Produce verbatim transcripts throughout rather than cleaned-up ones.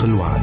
الوعد.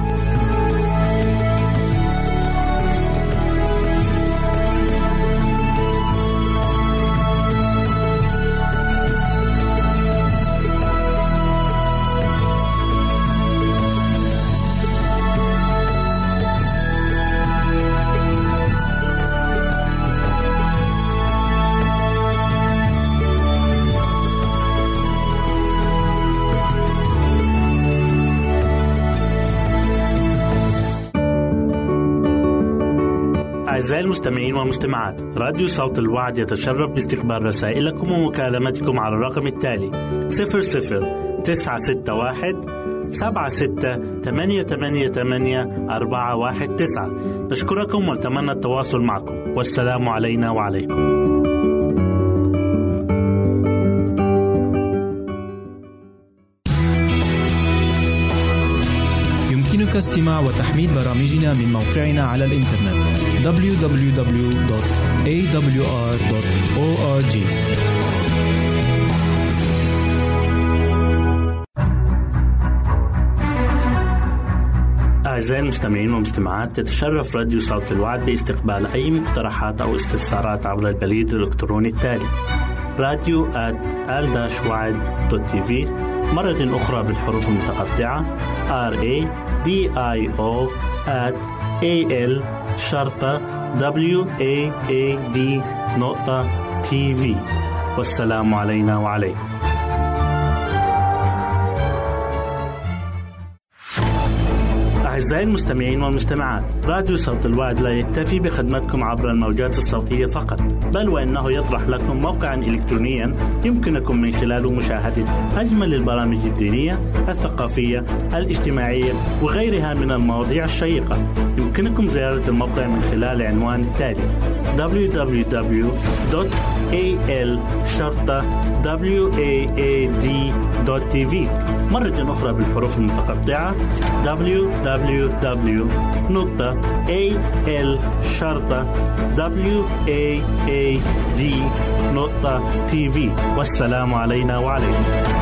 أعزائي المستمعين والمستمعات، راديو صوت الوعد يتشرف باستقبال رسائلكم ومكالمتكم على الرقم التالي صفر صفر تسعة ستة واحد سبعة ستة ثمانية ثمانية ثمانية أربعة واحد تسعة. نشكركم ونتمنى التواصل معكم، والسلام علينا وعليكم. يمكنك استماع وتحميل برامجنا من موقعنا على الإنترنت دبليو دبليو دبليو دوت إيه دبليو آر دوت أو آر جي. أعزائي المستمعين والمستمعات، تتشرف راديو صوت الوعد باستقبال أي مقترحات أو استفسارات عبر البريد الإلكتروني التالي راديو آت آل وعد دوت تي في، مرة أخرى بالحروف المتقطعة راديو آت آل شرطة واد نقطة تي في. والسلام علينا وعليكم. أعزائي المستمعين والمستمعات، راديو صوت الوعد لا يكتفي بخدمتكم عبر الموجات الصوتية فقط، بل وإنه يطرح لكم موقعا إلكترونيا يمكنكم من خلاله مشاهدة أجمل البرامج الدينية، الثقافية، الاجتماعية وغيرها من المواضيع الشيقة. يمكنكم زيارة الموقع من خلال عنوان التالي دبليو دبليو دبليو دوت إيه إل شرطة واد دوت تي في، مرة أخرى بالحروف المتقطعة دبليو دبليو دبليو دوت إيه إل شرطة واد دوت تي في. والسلام علينا وعليكم.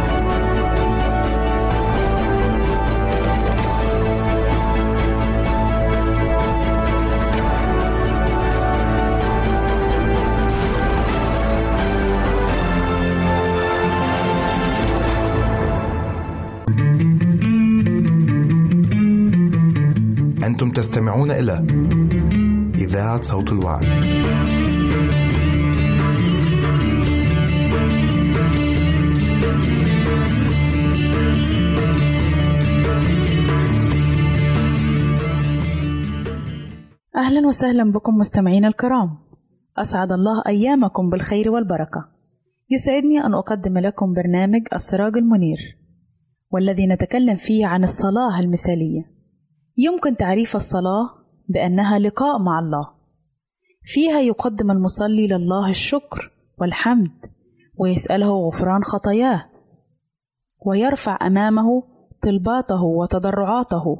أنتم تستمعون إلى إذاعة صوت الوعد. أهلا وسهلا بكم مستمعين الكرام، أسعد الله أيامكم بالخير والبركة. يسعدني أن أقدم لكم برنامج السراج المنير، والذي نتكلم فيه عن الصلاة المثالية. يمكن تعريف الصلاة بأنها لقاء مع الله، فيها يقدم المصلي لله الشكر والحمد، ويسأله غفران خطاياه، ويرفع أمامه طلباته وتضرعاته.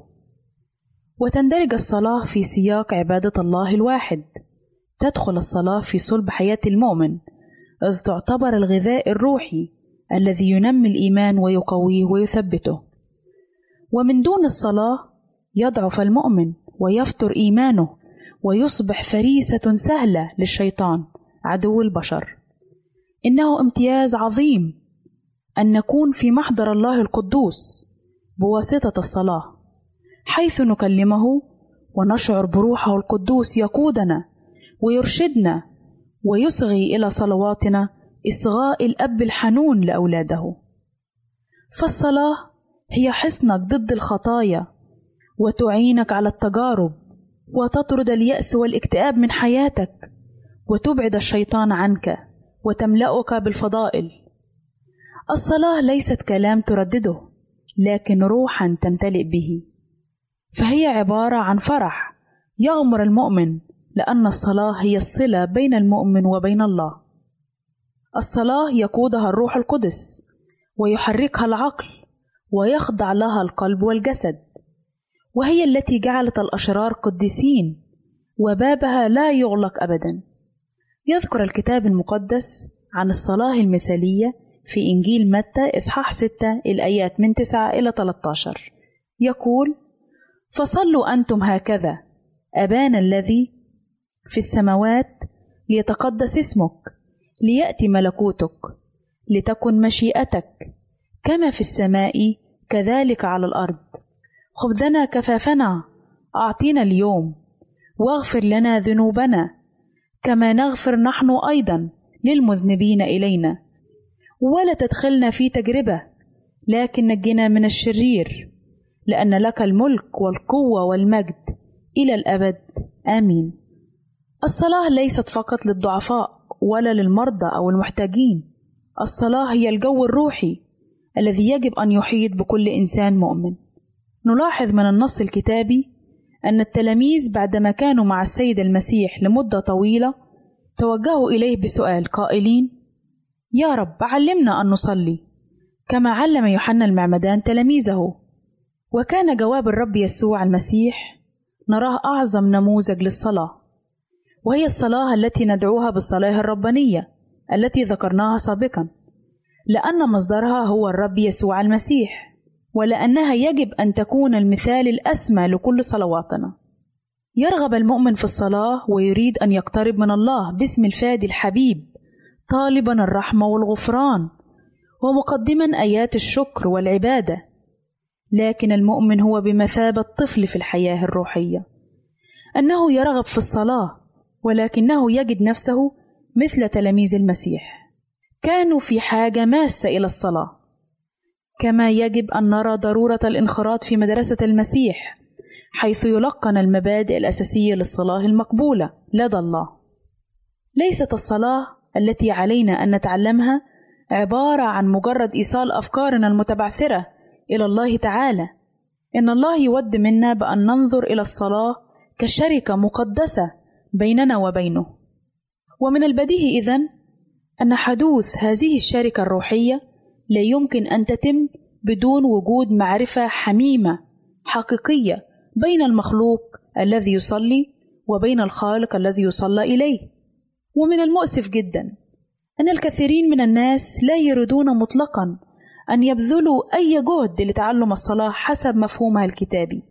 وتندرج الصلاة في سياق عبادة الله الواحد. تدخل الصلاة في صلب حياة المؤمن، إذ تعتبر الغذاء الروحي الذي ينمي الإيمان ويقويه ويثبته. ومن دون الصلاة يضعف المؤمن ويفتر إيمانه، ويصبح فريسة سهلة للشيطان عدو البشر. إنه امتياز عظيم أن نكون في محضر الله القدوس بواسطة الصلاة، حيث نكلمه ونشعر بروحه القدوس يقودنا ويرشدنا ويصغي إلى صلواتنا إصغاء الأب الحنون لأولاده. فالصلاة هي حصنك ضد الخطايا، وتعينك على التجارب، وتطرد اليأس والاكتئاب من حياتك، وتبعد الشيطان عنك، وتملأك بالفضائل. الصلاة ليست كلام تردده، لكن روحا تمتلئ به، فهي عبارة عن فرح يغمر المؤمن، لأن الصلاة هي الصلة بين المؤمن وبين الله. الصلاة يقودها الروح القدس، ويحركها العقل، ويخضع لها القلب والجسد، وهي التي جعلت الأشرار قديسين، وبابها لا يغلق أبدا. يذكر الكتاب المقدس عن الصلاة المثالية في إنجيل متى إصحاح ستة الآيات من تسعة إلى ثلاثة عشر، يقول: فصلوا أنتم هكذا: أبانا الذي في السماوات، ليتقدس اسمك، ليأتي ملكوتك، لتكن مشيئتك كما في السماء كذلك على الأرض. خبزنا كفافنا أعطينا اليوم، واغفر لنا ذنوبنا كما نغفر نحن أيضا للمذنبين إلينا، ولا تدخلنا في تجربة لكن نجنا من الشرير، لأن لك الملك والقوة والمجد إلى الأبد، آمين. الصلاة ليست فقط للضعفاء ولا للمرضى أو المحتاجين. الصلاة هي الجو الروحي الذي يجب أن يحيط بكل إنسان مؤمن. نلاحظ من النص الكتابي أن التلاميذ بعدما كانوا مع السيد المسيح لمدة طويلة توجهوا إليه بسؤال قائلين: يا رب، علمنا أن نصلي كما علم يوحنا المعمدان تلاميذه. وكان جواب الرب يسوع المسيح نراه أعظم نموذج للصلاة، وهي الصلاة التي ندعوها بالصلاة الربانية التي ذكرناها سابقا، لأن مصدرها هو الرب يسوع المسيح، ولأنها يجب أن تكون المثال الأسمى لكل صلواتنا. يرغب المؤمن في الصلاة ويريد أن يقترب من الله باسم الفادي الحبيب، طالبا الرحمة والغفران ومقدما آيات الشكر والعبادة. لكن المؤمن هو بمثابة طفل في الحياة الروحية، أنه يرغب في الصلاة ولكنه يجد نفسه مثل تلاميذ المسيح، كانوا في حاجة ماسة إلى الصلاة. كما يجب أن نرى ضرورة الانخراط في مدرسة المسيح، حيث يلقن المبادئ الأساسية للصلاة المقبولة لدى الله. ليست الصلاة التي علينا أن نتعلمها عبارة عن مجرد إيصال أفكارنا المتبعثرة إلى الله تعالى. إن الله يود منا بأن ننظر إلى الصلاة كشركة مقدسة بيننا وبينه. ومن البديهي إذن أن حدوث هذه الشركة الروحية لا يمكن أن تتم بدون وجود معرفة حميمة حقيقية بين المخلوق الذي يصلي وبين الخالق الذي يصلى إليه. ومن المؤسف جدا أن الكثيرين من الناس لا يريدون مطلقا أن يبذلوا أي جهد لتعلم الصلاة حسب مفهومها الكتابي،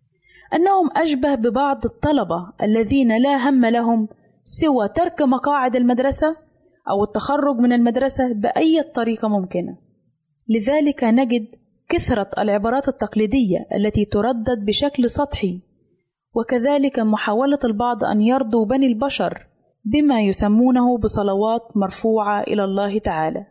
أنهم أشبه ببعض الطلبة الذين لا هم لهم سوى ترك مقاعد المدرسة أو التخرج من المدرسة بأي طريقة ممكنة. لذلك نجد كثرة العبارات التقليدية التي تردد بشكل سطحي، وكذلك محاولة البعض أن يرضوا بني البشر بما يسمونه بصلوات مرفوعة إلى الله تعالى.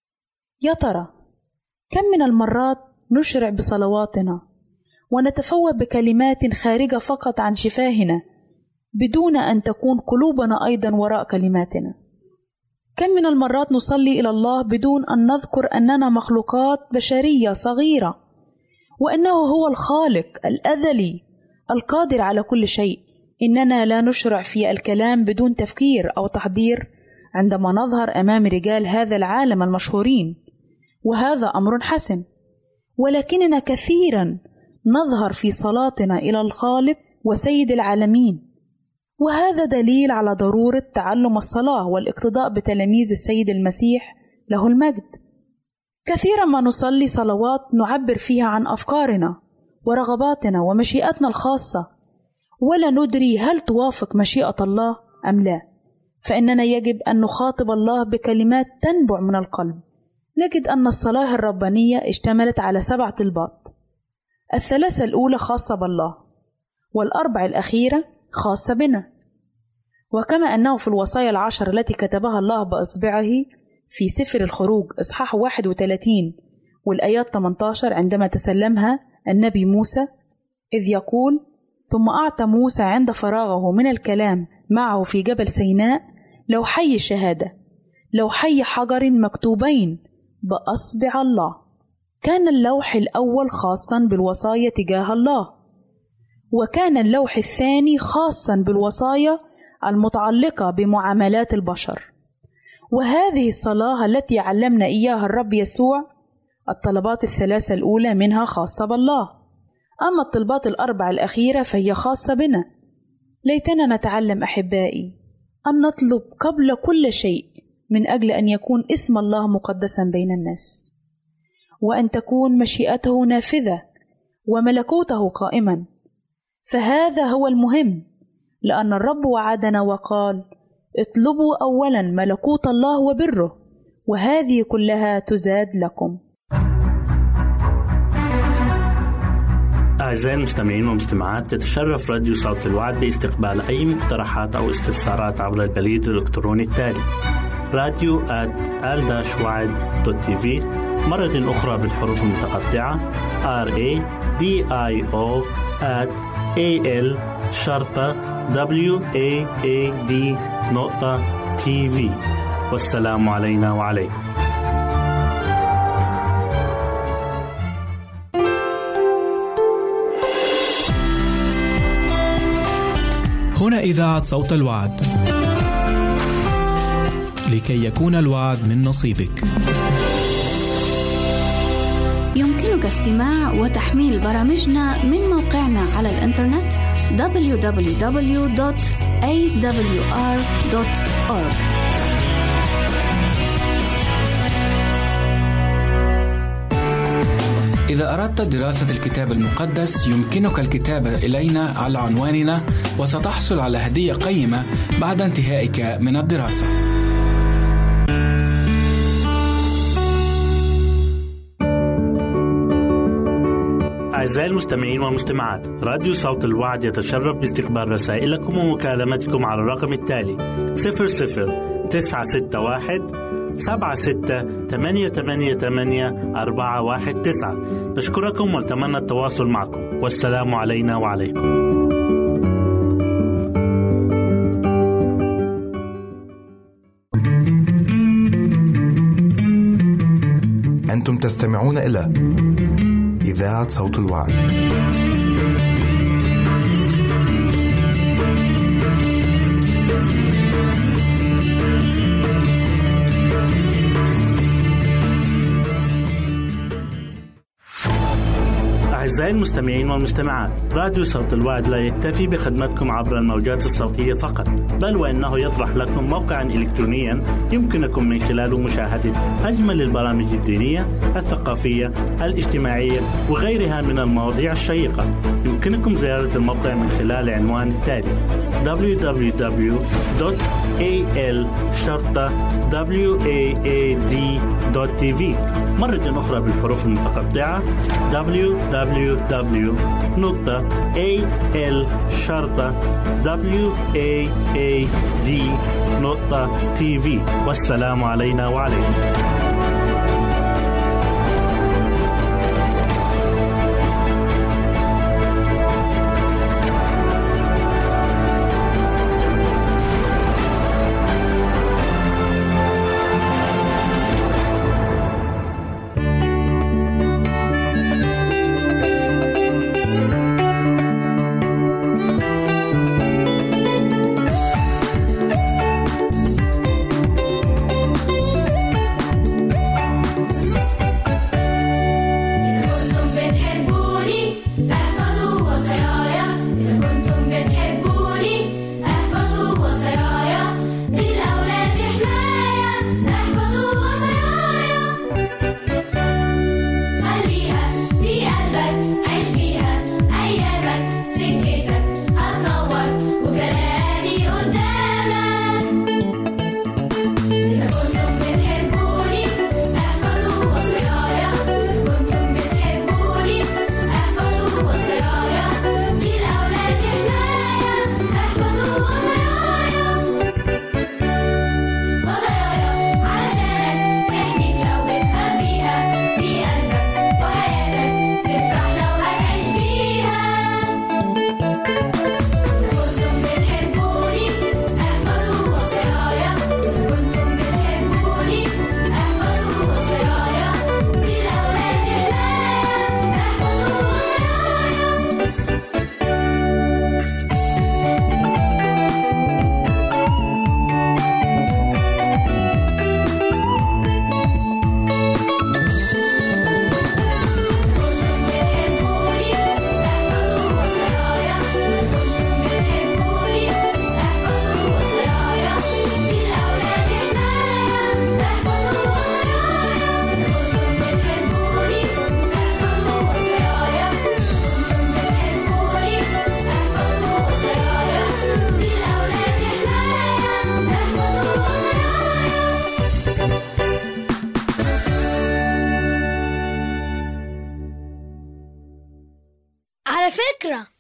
يا ترى كم من المرات نشرع بصلواتنا ونتفوه بكلمات خارجة فقط عن شفاهنا بدون أن تكون قلوبنا أيضا وراء كلماتنا؟ كم من المرات نصلي إلى الله بدون أن نذكر أننا مخلوقات بشرية صغيرة، وأنه هو الخالق الأزلي القادر على كل شيء؟ إننا لا نشرع في الكلام بدون تفكير أو تحضير عندما نظهر أمام رجال هذا العالم المشهورين، وهذا أمر حسن، ولكننا كثيرا نظهر في صلاتنا إلى الخالق وسيد العالمين. وهذا دليل على ضرورة تعلم الصلاة والاقتداء بتلاميذ السيد المسيح له المجد. كثيرا ما نصلي صلوات نعبر فيها عن أفكارنا ورغباتنا ومشيئتنا الخاصة، ولا ندري هل توافق مشيئة الله أم لا، فإننا يجب أن نخاطب الله بكلمات تنبع من القلب. نجد أن الصلاة الربانية اشتملت على سبع طلبات، الثلاثة الأولى خاصة بالله، والأربع الأخيرة خاصة بنا. وكما أنه في الوصايا العشر التي كتبها الله بإصبعه في سفر الخروج إصحاح واحد وثلاثين والآيات ثمانية عشر عندما تسلمها النبي موسى، إذ يقول: ثم أعطى موسى عند فراغه من الكلام معه في جبل سيناء لوحي الشهادة، لوحي حجر مكتوبين بأصبع الله. كان اللوح الأول خاصا بالوصايا تجاه الله، وكان اللوح الثاني خاصا بالوصايا المتعلقة بمعاملات البشر. وهذه الصلاة التي علمنا إياها الرب يسوع، الطلبات الثلاثة الأولى منها خاصة بالله، أما الطلبات الأربع الأخيرة فهي خاصة بنا. ليتنا نتعلم أحبائي أن نطلب قبل كل شيء من أجل أن يكون اسم الله مقدسا بين الناس، وأن تكون مشيئته نافذة وملكوته قائما، فهذا هو المهم، لأن الرب وعدنا وقال: اطلبوا أولا ملكوت الله وبره، وهذه كلها تزاد لكم. أعزائي المستمعين والمستمعات، تتشرف راديو صوت الوعد باستقبال أي مقترحات أو استفسارات عبر البريد الإلكتروني التالي: راديو آت آل وعد دوت تي في، مرة أخرى بالحروف المتقطعة آر إيه دي آي أو آت إيه إل شرطة دبليو إيه إيه دي نقطة تي في. والسلام علينا وعليكم. هنا إذاعة صوت الوعد، لكي يكون الوعد من نصيبك. يمكنك استماع وتحميل برامجنا من موقعنا على الإنترنت دبليو دبليو دبليو دوت إيه دبليو آر دوت أورج. إذا أردت دراسة الكتاب المقدس يمكنك الكتابة إلينا على عنواننا، وستحصل على هدية قيمة بعد انتهائك من الدراسة. أعزائي المستمعين والمستمعات، راديو صوت الوعد يتشرف باستقبال رسائلكم ومكالمتكم على الرقم التالي: صفر صفر تسعة ستة واحد سبعة ستة ثمانية ثمانية ثمانية أربعة واحد تسعة. نشكركم ونتمنى التواصل معكم، والسلام علينا وعليكم. أنتم تستمعون إلى إذاعة صوت الوعد. أعزائي المستمعين والمستمعات، راديو صوت الوعد لا يكتفي بخدمتكم عبر الموجات الصوتية فقط، بل وإنه يطرح لكم موقعا إلكترونيا يمكنكم من خلاله مشاهدة أجمل البرامج الدينية، الثقافية، الاجتماعية وغيرها من المواضيع الشيقة. يمكنكم زيارة الموقع من خلال العنوان التالي: دبليو دبليو دبليو دوت إيه إل شرطة واد دوت تي في، مرة أخرى بالحروف المتقطعة دبليو دبليو دبليو دوت إيه إل شرطة واد دوت تي في. والسلام علينا وعليكم.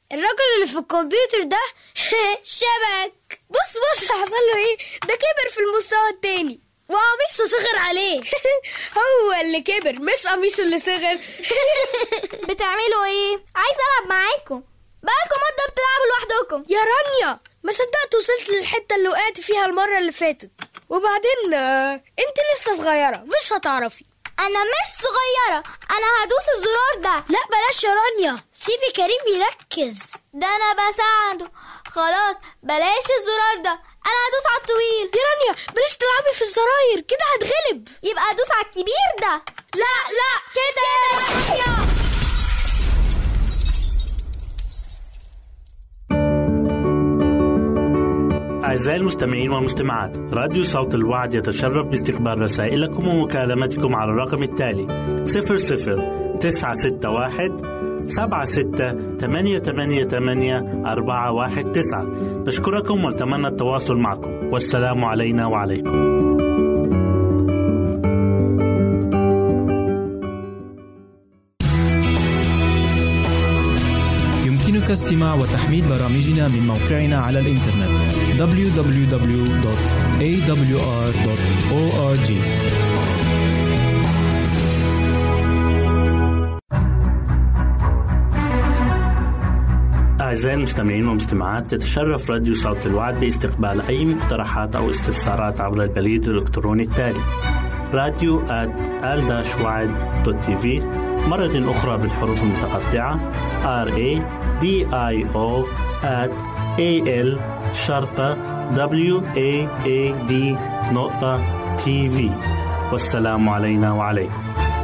الراجل اللي في الكمبيوتر ده شبك. بص بص حصل له ايه، ده كبر في المستوى التاني وقميصه صغر عليه. هو اللي كبر مش قميصه اللي صغر. بتعملوا ايه؟ عايز العب معاكم، بقالكم مده بتلعبوا لوحدكم. يا رانيا ما صدقت وصلت للحته اللي وقعت فيها المره اللي فاتت. وبعدين آه، انت لسه صغيره مش هتعرفي. انا مش صغيره، انا هدوس الزرار ده. لا بلاش يا رانيا، سيبي كريم يركز. ده انا بساعده. خلاص بلاش الزرار ده، انا هدوس على الطويل. يا رانيا بلاش تلعبي في الزراير كده هتغلب. يبقى هدوس على الكبير ده. لا لا كده يا رانيا. أعزائي المستمعين والمستمعات، راديو صوت الوعد يتشرف باستقبال رسائلكم ومكالمتكم على الرقم التالي صفر صفر تسعة ستة واحد سبعة ستة ثمانية ثمانية ثمانية أربعة واحد تسعة. نشكركم ونتمنى التواصل معكم، والسلام علينا وعليكم. يمكنك استماع وتحميل برامجنا من موقعنا على الإنترنت دبليو دبليو دبليو دوت إيه دبليو آر دوت أو آر جي. أعزائي المستمعين والمستمعات، تتشرف راديو صوت الوعد باستقبال أي مقترحات أو استفسارات عبر البريد الإلكتروني التالي راديو آت آل وعد دوت تي في، مرة أخرى بالحروف المتقطعة R A D I O at A L شرطة W A A D نقطة تي في. والسلام علينا وعليكم.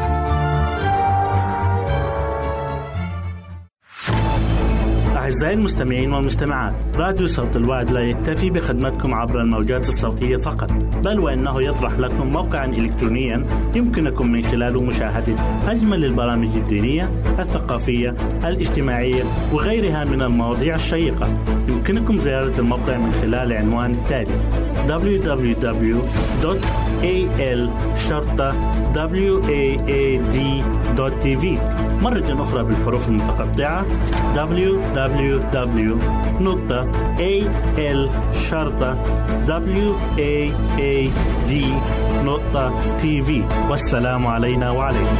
أعزائي المستمعين والمستمعات، راديو صوت الوعد لا يكتفي بخدمتكم عبر الموجات الصوتية فقط، بل وإنه يطرح لكم موقعا إلكترونيا يمكنكم من خلاله مشاهدة أجمل البرامج الدينية، الثقافية، الاجتماعية وغيرها من المواضيع الشيقة. يمكنكم زيارة الموقع من خلال عنوان التالي دبليو دبليو دبليو دوت إيه إل شرطة W A A D دوت تي في، مرة أخرى بالحروف المتقطعة دبليو دبليو دبليو نقطة إيه إل شرطة W A A D نقطة تي في. والسلام علينا وعليكم.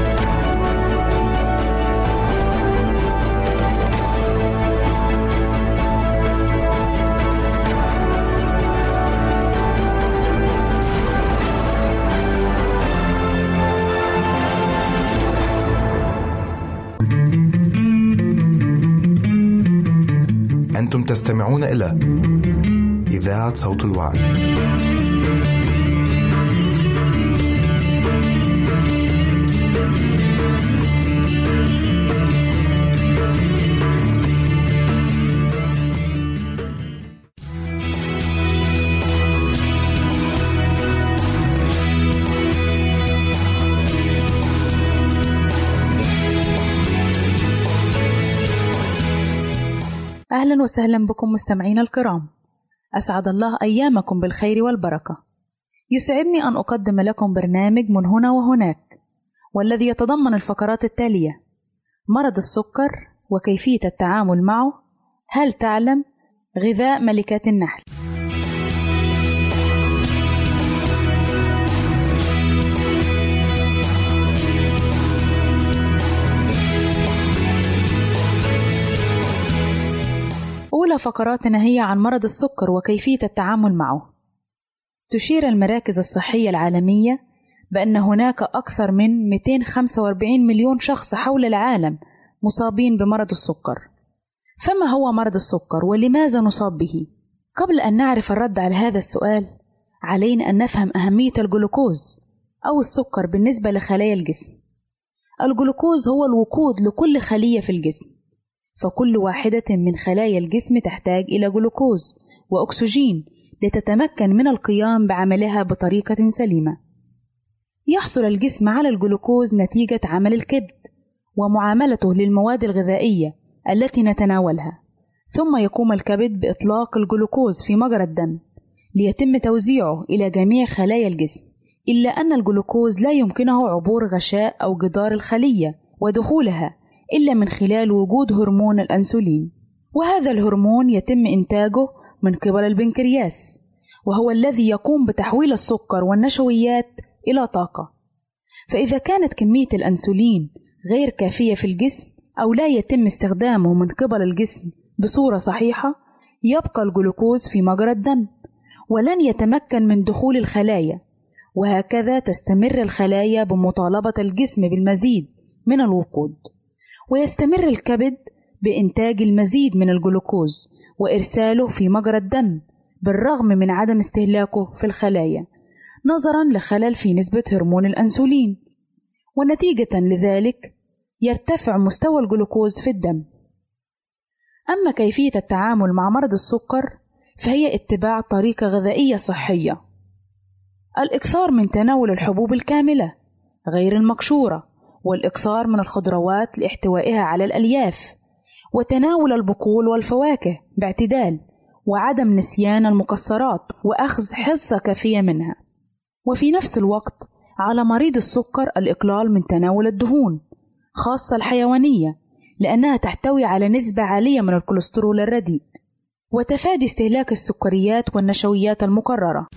أنتم تستمعون إلى إذاعة صوت الوعد. أهلا وسهلا بكم مستمعين الكرام، أسعد الله أيامكم بالخير والبركة. يسعدني أن أقدم لكم برنامج من هنا وهناك، والذي يتضمن الفقرات التالية: مرض السكر وكيفية التعامل معه، هل تعلم، غذاء ملكات النحل. أولى فقراتنا هي عن مرض السكر وكيفية التعامل معه. تشير المراكز الصحية العالمية بأن هناك أكثر من مئتين وخمسة وأربعين مليون شخص حول العالم مصابين بمرض السكر. فما هو مرض السكر ولماذا نصاب به؟ قبل أن نعرف الرد على هذا السؤال، علينا أن نفهم أهمية الجلوكوز أو السكر بالنسبة لخلايا الجسم. الجلوكوز هو الوقود لكل خلية في الجسم، فكل واحدة من خلايا الجسم تحتاج إلى جلوكوز وأكسجين لتتمكن من القيام بعملها بطريقة سليمة. يحصل الجسم على الجلوكوز نتيجة عمل الكبد ومعاملته للمواد الغذائية التي نتناولها، ثم يقوم الكبد بإطلاق الجلوكوز في مجرى الدم ليتم توزيعه إلى جميع خلايا الجسم، إلا أن الجلوكوز لا يمكنه عبور غشاء أو جدار الخلية ودخولها إلا من خلال وجود هرمون الأنسولين. وهذا الهرمون يتم إنتاجه من قبل البنكرياس، وهو الذي يقوم بتحويل السكر والنشويات إلى طاقة. فإذا كانت كمية الأنسولين غير كافية في الجسم أو لا يتم استخدامه من قبل الجسم بصورة صحيحة، يبقى الجلوكوز في مجرى الدم ولن يتمكن من دخول الخلايا، وهكذا تستمر الخلايا بمطالبة الجسم بالمزيد من الوقود، ويستمر الكبد بإنتاج المزيد من الجلوكوز وإرساله في مجرى الدم بالرغم من عدم استهلاكه في الخلايا نظراً لخلل في نسبة هرمون الأنسولين، ونتيجة لذلك يرتفع مستوى الجلوكوز في الدم. أما كيفية التعامل مع مرض السكر فهي اتباع طريقة غذائية صحية: الإكثار من تناول الحبوب الكاملة غير المقشورة، والإكثار من الخضروات لاحتوائها على الألياف، وتناول البقول والفواكه باعتدال، وعدم نسيان المكسرات وأخذ حصة كافية منها. وفي نفس الوقت على مريض السكر الإقلال من تناول الدهون خاصة الحيوانية لأنها تحتوي على نسبة عالية من الكوليسترول الرديء، وتفادي استهلاك السكريات والنشويات المكررة.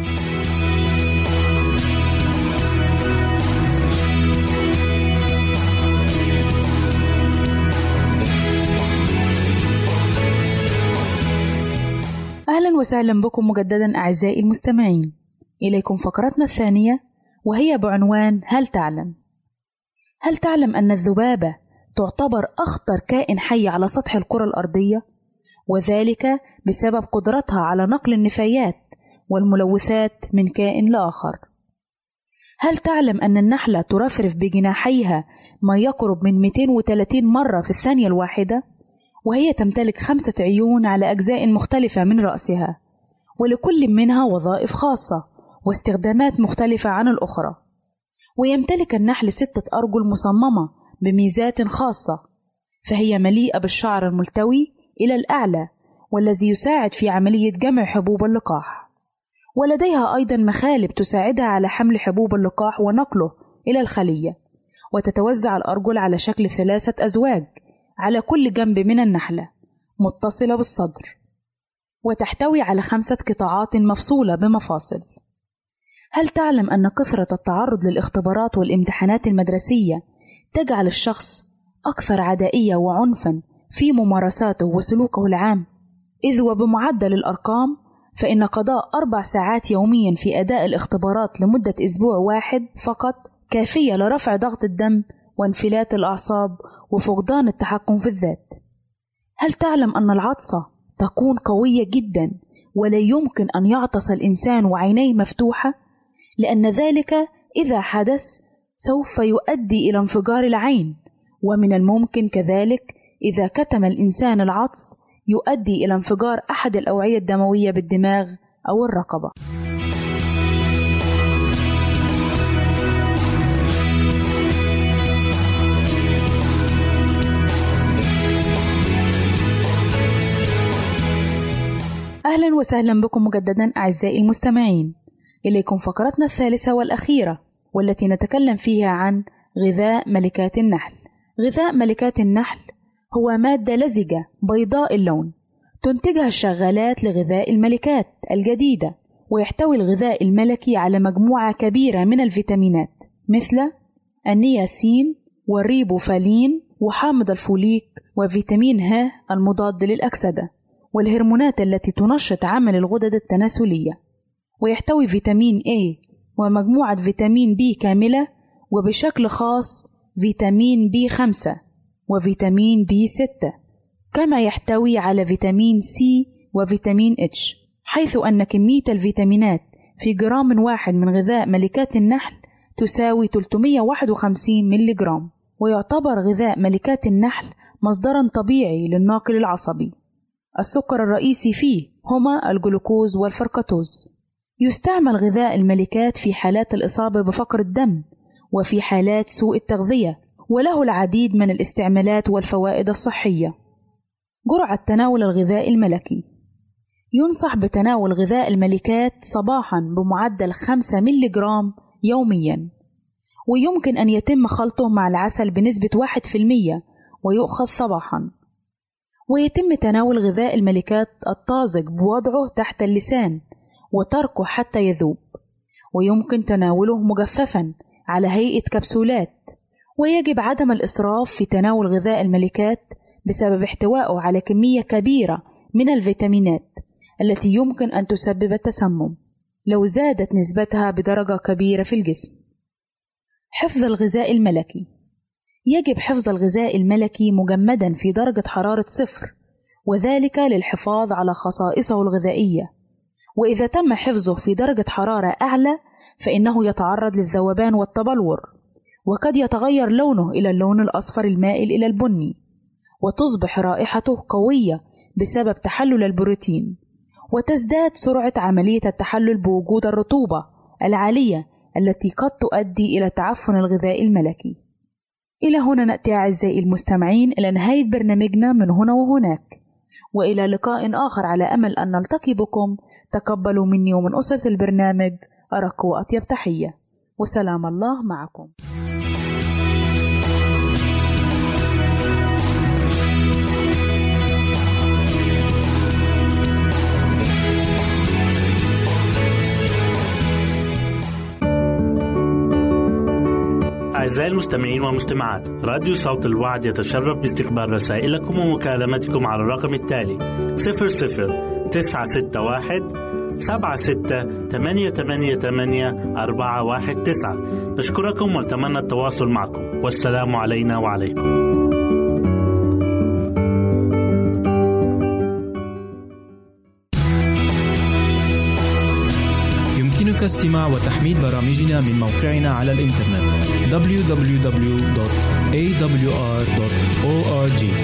أهلا وسهلا بكم مجددا أعزائي المستمعين. إليكم فقرتنا الثانية وهي بعنوان هل تعلم؟ هل تعلم أن الذبابة تعتبر أخطر كائن حي على سطح الكرة الأرضية، وذلك بسبب قدرتها على نقل النفايات والملوثات من كائن لآخر؟ هل تعلم أن النحلة ترفرف بجناحيها ما يقرب من مئتين وثلاثين مرة في الثانية الواحدة، وهي تمتلك خمسة عيون على أجزاء مختلفة من رأسها، ولكل منها وظائف خاصة واستخدامات مختلفة عن الأخرى. ويمتلك النحل ستة أرجل مصممة بميزات خاصة، فهي مليئة بالشعر الملتوي إلى الأعلى والذي يساعد في عملية جمع حبوب اللقاح، ولديها أيضا مخالب تساعدها على حمل حبوب اللقاح ونقله إلى الخلية. وتتوزع الأرجل على شكل ثلاثة أزواج على كل جنب من النحلة متصلة بالصدر، وتحتوي على خمسة قطاعات مفصولة بمفاصل. هل تعلم أن كثرة التعرض للاختبارات والامتحانات المدرسية تجعل الشخص أكثر عدائية وعنفا في ممارساته وسلوكه العام؟ إذ وبمعدل الأرقام فإن قضاء أربع ساعات يوميا في أداء الاختبارات لمدة أسبوع واحد فقط كافية لرفع ضغط الدم وانفلات الأعصاب وفقدان التحكم في الذات. هل تعلم أن العطسة تكون قوية جدا ولا يمكن أن يعطس الإنسان وعينيه مفتوحة، لأن ذلك إذا حدث سوف يؤدي إلى انفجار العين، ومن الممكن كذلك إذا كتم الإنسان العطس يؤدي إلى انفجار أحد الأوعية الدموية بالدماغ أو الرقبة. أهلا وسهلا بكم مجددا أعزائي المستمعين. إليكم فقرتنا الثالثة والأخيرة والتي نتكلم فيها عن غذاء ملكات النحل. غذاء ملكات النحل هو مادة لزجة بيضاء اللون تنتجها الشغالات لغذاء الملكات الجديدة، ويحتوي الغذاء الملكي على مجموعة كبيرة من الفيتامينات مثل النياسين والريبوفالين وحامض الفوليك وفيتامين ه المضاد للأكسدة والهرمونات التي تنشط عمل الغدد التناسلية. ويحتوي فيتامين A ومجموعة فيتامين B كاملة، وبشكل خاص فيتامين بي خمسة وفيتامين بي ستة، كما يحتوي على فيتامين C وفيتامين H، حيث أن كمية الفيتامينات في جرام واحد من غذاء ملكات النحل تساوي ثلاثمئة وواحد وخمسين ملي جرام. ويعتبر غذاء ملكات النحل مصدرا طبيعي للناقل العصبي. السكر الرئيسي فيه هما الجلوكوز والفركتوز. يستعمل غذاء الملكات في حالات الإصابة بفقر الدم وفي حالات سوء التغذية، وله العديد من الاستعمالات والفوائد الصحية. جرعة تناول الغذاء الملكي: ينصح بتناول غذاء الملكات صباحا بمعدل خمسة ملي جرام يوميا، ويمكن أن يتم خلطه مع العسل بنسبة واحد في المية ويؤخذ صباحا. ويتم تناول غذاء الملكات الطازج بوضعه تحت اللسان وتركه حتى يذوب، ويمكن تناوله مجففا على هيئة كبسولات. ويجب عدم الإسراف في تناول غذاء الملكات بسبب احتوائه على كمية كبيرة من الفيتامينات التي يمكن أن تسبب التسمم لو زادت نسبتها بدرجة كبيرة في الجسم. حفظ الغذاء الملكي: يجب حفظ الغذاء الملكي مجمدا في درجة حرارة صفر، وذلك للحفاظ على خصائصه الغذائية. وإذا تم حفظه في درجة حرارة أعلى فإنه يتعرض للذوبان والتبلور، وقد يتغير لونه إلى اللون الأصفر المائل إلى البني، وتصبح رائحته قوية بسبب تحلل البروتين، وتزداد سرعة عملية التحلل بوجود الرطوبة العالية التي قد تؤدي إلى تعفن الغذاء الملكي. إلى هنا نأتي أعزائي المستمعين إلى نهاية برنامجنا من هنا وهناك، وإلى لقاء آخر على أمل أن نلتقي بكم. تقبلوا مني ومن أسرة البرنامج أرق وأطيب تحية، وسلام الله معكم. أعزائي المستمعين والمستمعات، راديو صوت الوعد يتشرف باستقبال رسائلكم ومكالمتكم على الرقم التالي صفر صفر تسعة ستة واحد سبعة ستة ثمانية ثمانية ثمانية أربعة واحد تسعة. نشكركم ونتمنى التواصل معكم، والسلام علينا وعليكم. يمكنك استماع وتحميل برامجنا من موقعنا على الإنترنت دبليو دبليو دبليو دوت إيه دبليو آر دوت أو آر جي.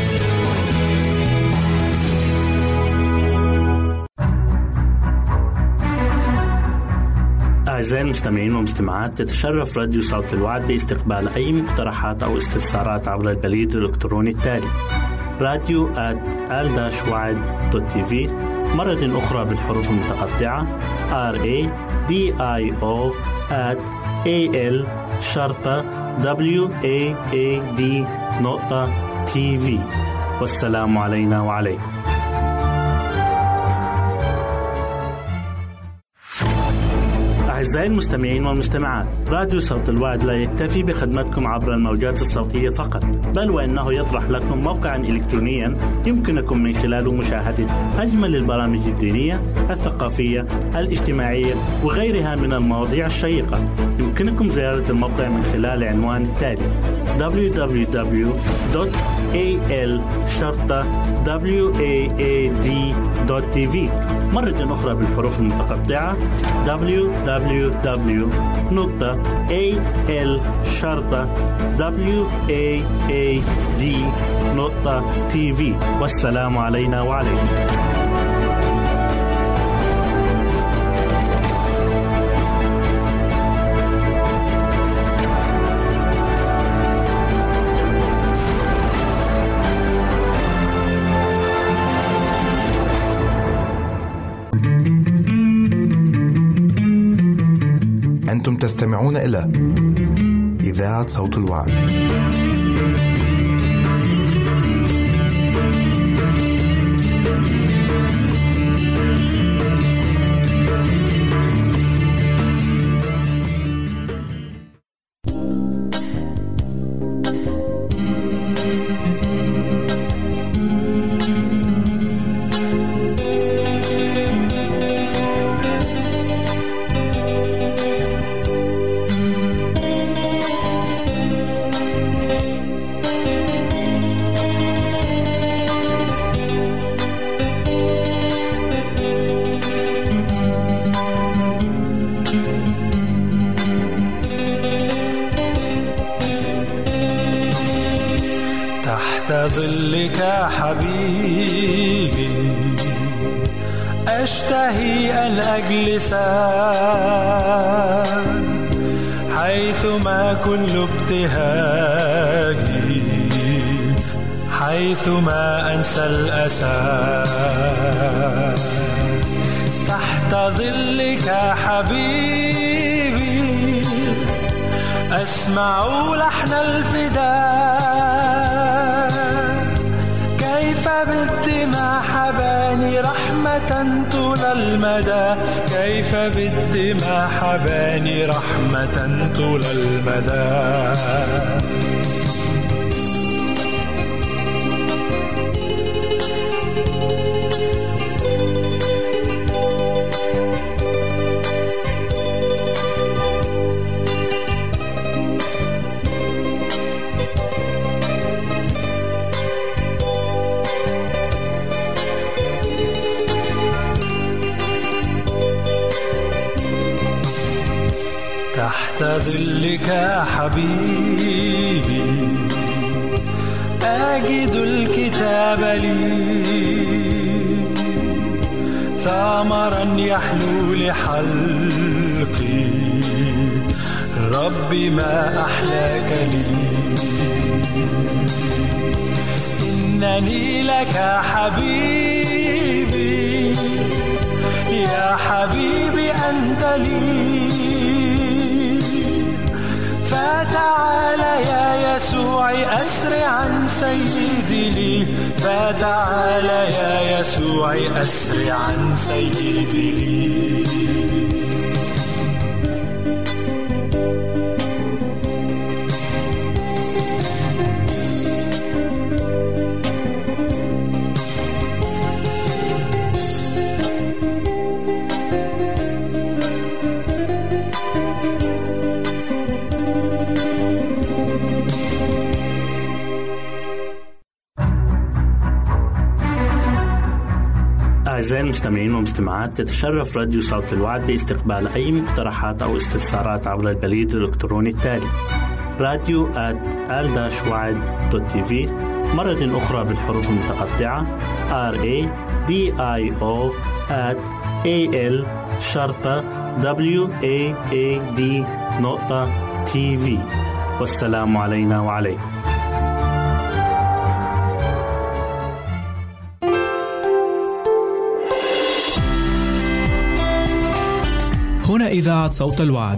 أعزائي المستمعين والمستمعات، تتشرف راديو صوت الوعد باستقبال أي مقترحات أو استفسارات عبر البريد الإلكتروني التالي راديو آت آل وعد دوت تي في، مرة أخرى بالحروف المتقطعة R A D I O at A L شرطة W A A D نقطة تي في. والسلام علينا وعليكم. أعزائي المستمعين والمستمعات، راديو صوت الوعد لا يكتفي بخدمتكم عبر الموجات الصوتية فقط، بل وإنه يطرح لكم موقعا إلكترونيا يمكنكم من خلاله مشاهدة أجمل البرامج الدينية، الثقافية، الاجتماعية وغيرها من المواضيع الشيقة. يمكنكم زيارة الموقع من خلال العنوان التالي دبليو دبليو دبليو دوت إيه إل شرطة W A A D دوت تي في، مرة أخرى بالحروف المتقطعة دبليو دبليو دبليو دوت إيه إل شرطة W A A D دوت تي في. والسلام علينا وعليكم. أنتم تستمعون إلى إذاعة صوت الوعد. ظلك حبيبي أشتهي أن أجلس حيثما كل ابتهاجي، حيثما أنسى الأسى. تحت ظلك حبيبي أسمع لحن الفداء، كيف بالدماء حباني رحمة طول المدى، كيف بالدماء حباني رحمة طول المدى. تحت ظلك حبيبي أجد الكتاب لي، ثمرا يحلو لحلقي، ربي ما أحلاك لي. إنني لك حبيبي يا حبيبي أنت لي، فتعال يا يسوع أسرعا سيدي لي، فتعال يا يسوع أسرعا سيدي لي. أعزائي المستمعين والمستمعات، تتشرف راديو صوت الوعد باستقبال أي مقترحات أو استفسارات عبر البريد الإلكتروني التالي راديو آت آل وعد دوت تي في، مرة أخرى بالحروف المتقطعة راديو آت آل شرطة واد نقطة تي في. والسلام علينا وعليكم. هنا إذاعة صوت الوعد،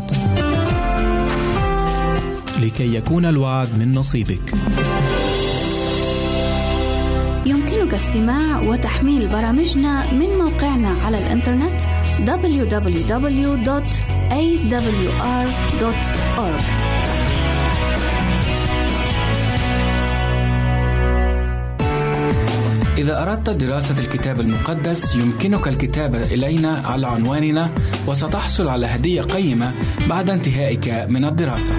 لكي يكون الوعد من نصيبك. يمكنك استماع وتحميل برامجنا من موقعنا على الإنترنت دبليو دبليو دبليو دوت إيه دبليو آر دوت أورج. إذا أردت دراسة الكتاب المقدس يمكنك الكتابة إلينا على عنواننا، وستحصل على هدية قيمة بعد انتهائك من الدراسة.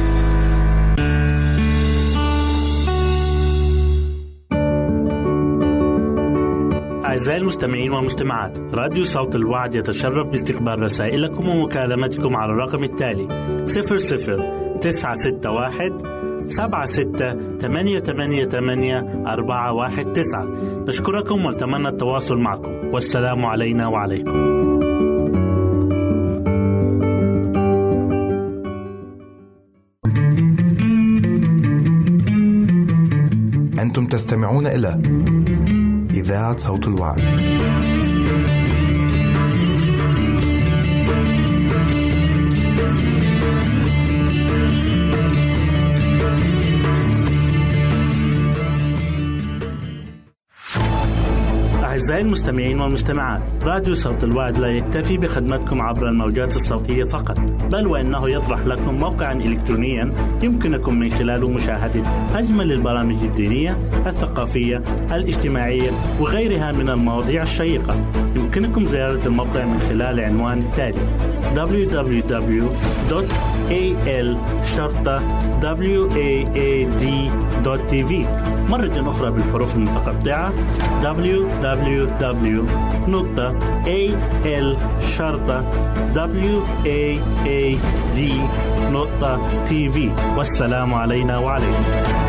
أعزائي المستمعين والمستمعات، راديو صوت الوعد يتشرف باستقبال رسائلكم ومكالمتكم على الرقم التالي صفر صفر تسعة ستة واحد سبعة ستة ثمانية ثمانية ثمانية أربعة واحد تسعة. نشكركم ونتمنى التواصل معكم، والسلام علينا وعليكم. أنتم تستمعون إلى إذاعة صوت الوعد. أعزائي المستمعين والمستمعات، راديو صوت الوعد لا يكتفي بخدمتكم عبر الموجات الصوتية فقط، بل وإنه يطرح لكم موقعا إلكترونيا يمكنكم من خلاله مشاهدة أجمل البرامج الدينية، الثقافية، الاجتماعية وغيرها من المواضيع الشيقة. يمكنكم زيارة الموقع من خلال عنوان التالي دبليو دبليو دبليو دوت إيه إل شرطة واد دوت تي في، مرة أخرى بالحروف المتقطعة دبليو دبليو دبليو دوت إيه إل شرطة واد دوت تي في. والسلام علينا وعليكم.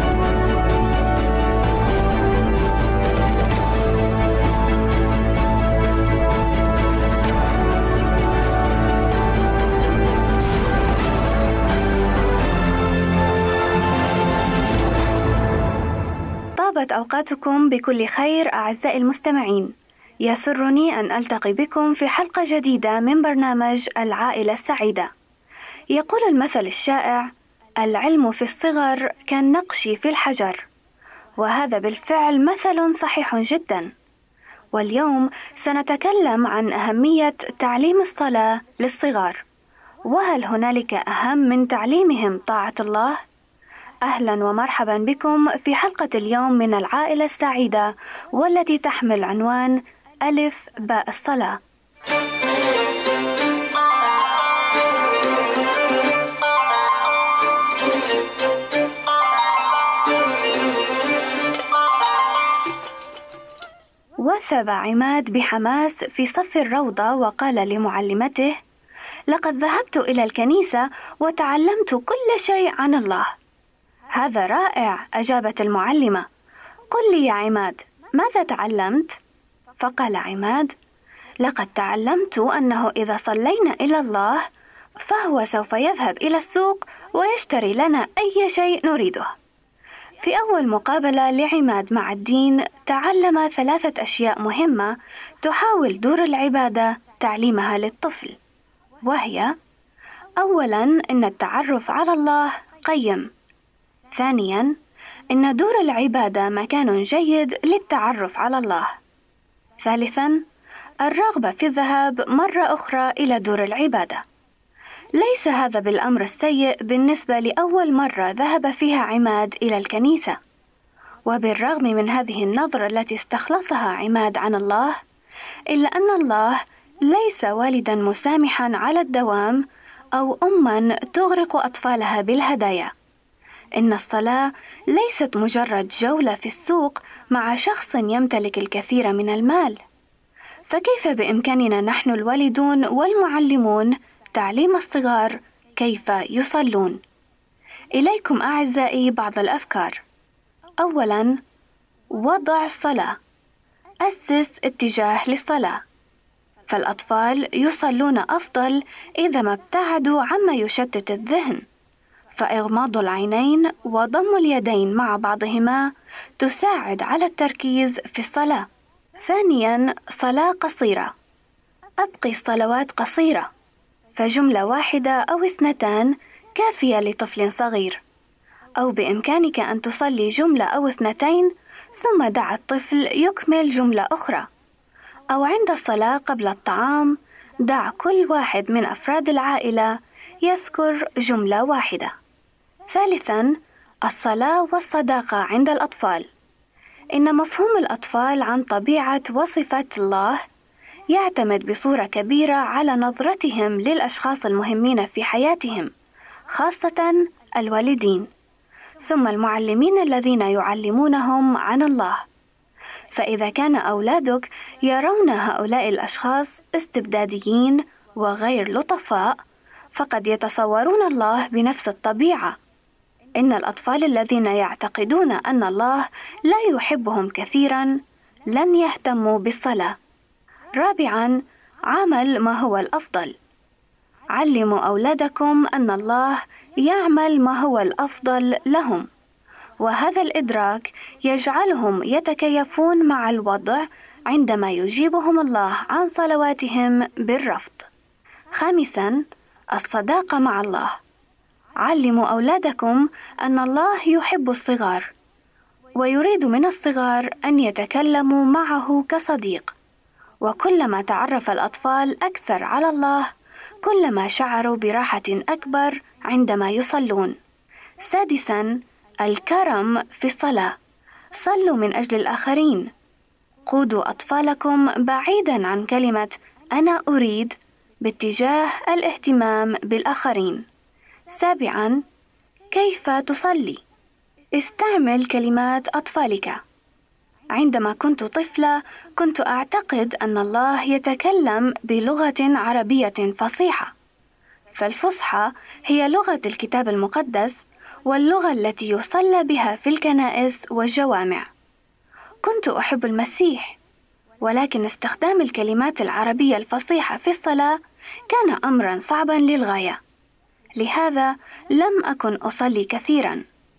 طابت أوقاتكم بكل خير أعزائي المستمعين. يسرني أن ألتقي بكم في حلقة جديدة من برنامج العائلة السعيدة. يقول المثل الشائع: العلم في الصغر كالنقش في الحجر. وهذا بالفعل مثل صحيح جدا. واليوم سنتكلم عن أهمية تعليم الصلاة للصغار. وهل هنالك أهم من تعليمهم طاعة الله؟ أهلا ومرحبا بكم في حلقة اليوم من العائلة السعيدة، والتي تحمل عنوان ألف باء الصلاة. وثب عماد بحماس في صف الروضة وقال لمعلمته: لقد ذهبت إلى الكنيسة وتعلمت كل شيء عن الله. هذا رائع، أجابت المعلمة. قل لي يا عماد، ماذا تعلمت؟ فقال عماد: لقد تعلمت أنه إذا صلينا إلى الله فهو سوف يذهب إلى السوق ويشتري لنا أي شيء نريده. في أول مقابلة لعماد مع الدين تعلم ثلاثة أشياء مهمة تحاول دور العبادة تعليمها للطفل، وهي: أولاً، إن التعرف على الله قيم. ثانياً، إن دور العبادة مكان جيد للتعرف على الله. ثالثاً، الرغبة في الذهاب مرة أخرى إلى دور العبادة. ليس هذا بالأمر السيء بالنسبة لأول مرة ذهب فيها عماد إلى الكنيسة، وبالرغم من هذه النظرة التي استخلصها عماد عن الله، إلا أن الله ليس والدا مسامحا على الدوام أو أما تغرق أطفالها بالهدايا. إن الصلاة ليست مجرد جولة في السوق مع شخص يمتلك الكثير من المال. فكيف بإمكاننا نحن الوالدون والمعلمون تعليم الصغار كيف يصلون؟ إليكم أعزائي بعض الأفكار. أولاً، وضع الصلاة. أسس اتجاه للصلاة، فالأطفال يصلون أفضل إذا ما ابتعدوا عما يشتت الذهن، فإغماض العينين وضم اليدين مع بعضهما تساعد على التركيز في الصلاة. ثانياً، صلاة قصيرة. أبقي الصلوات قصيرة، فجملة واحدة أو اثنتان كافية لطفل صغير، أو بإمكانك أن تصلي جملة أو اثنتين ثم دع الطفل يكمل جملة أخرى. أو عند الصلاة قبل الطعام دع كل واحد من أفراد العائلة يذكر جملة واحدة. ثالثاً، الصلاة والصداقة عند الأطفال. إن مفهوم الأطفال عن طبيعة وصفات الله يعتمد بصورة كبيرة على نظرتهم للأشخاص المهمين في حياتهم، خاصة الوالدين، ثم المعلمين الذين يعلمونهم عن الله. فإذا كان أولادك يرون هؤلاء الأشخاص استبداديين وغير لطفاء، فقد يتصورون الله بنفس الطبيعة. إن الأطفال الذين يعتقدون أن الله لا يحبهم كثيرا لن يهتموا بالصلاة. رابعا، عمل ما هو الأفضل. علموا أولادكم أن الله يعمل ما هو الأفضل لهم، وهذا الإدراك يجعلهم يتكيفون مع الوضع عندما يجيبهم الله عن صلواتهم بالرفض. خامسا، الصداقة مع الله. علموا أولادكم أن الله يحب الصغار، ويريد من الصغار أن يتكلموا معه كصديق، وكلما تعرف الأطفال أكثر على الله كلما شعروا براحة أكبر عندما يصلون. سادسا، الكرم في الصلاة. صلوا من أجل الآخرين. قودوا أطفالكم بعيدا عن كلمة أنا أريد باتجاه الاهتمام بالآخرين. سابعا، كيف تصلي؟ استعمل كلمات أطفالك. عندما كنت طفلة كنت أعتقد أن الله يتكلم بلغة عربية فصيحة، فالفصحى هي لغة الكتاب المقدس واللغة التي يصلى بها في الكنائس والجوامع. كنت أحب المسيح، ولكن استخدام الكلمات العربية الفصيحة في الصلاة كان أمرا صعبا للغاية، لهذا لم أكن أصلي كثيرا.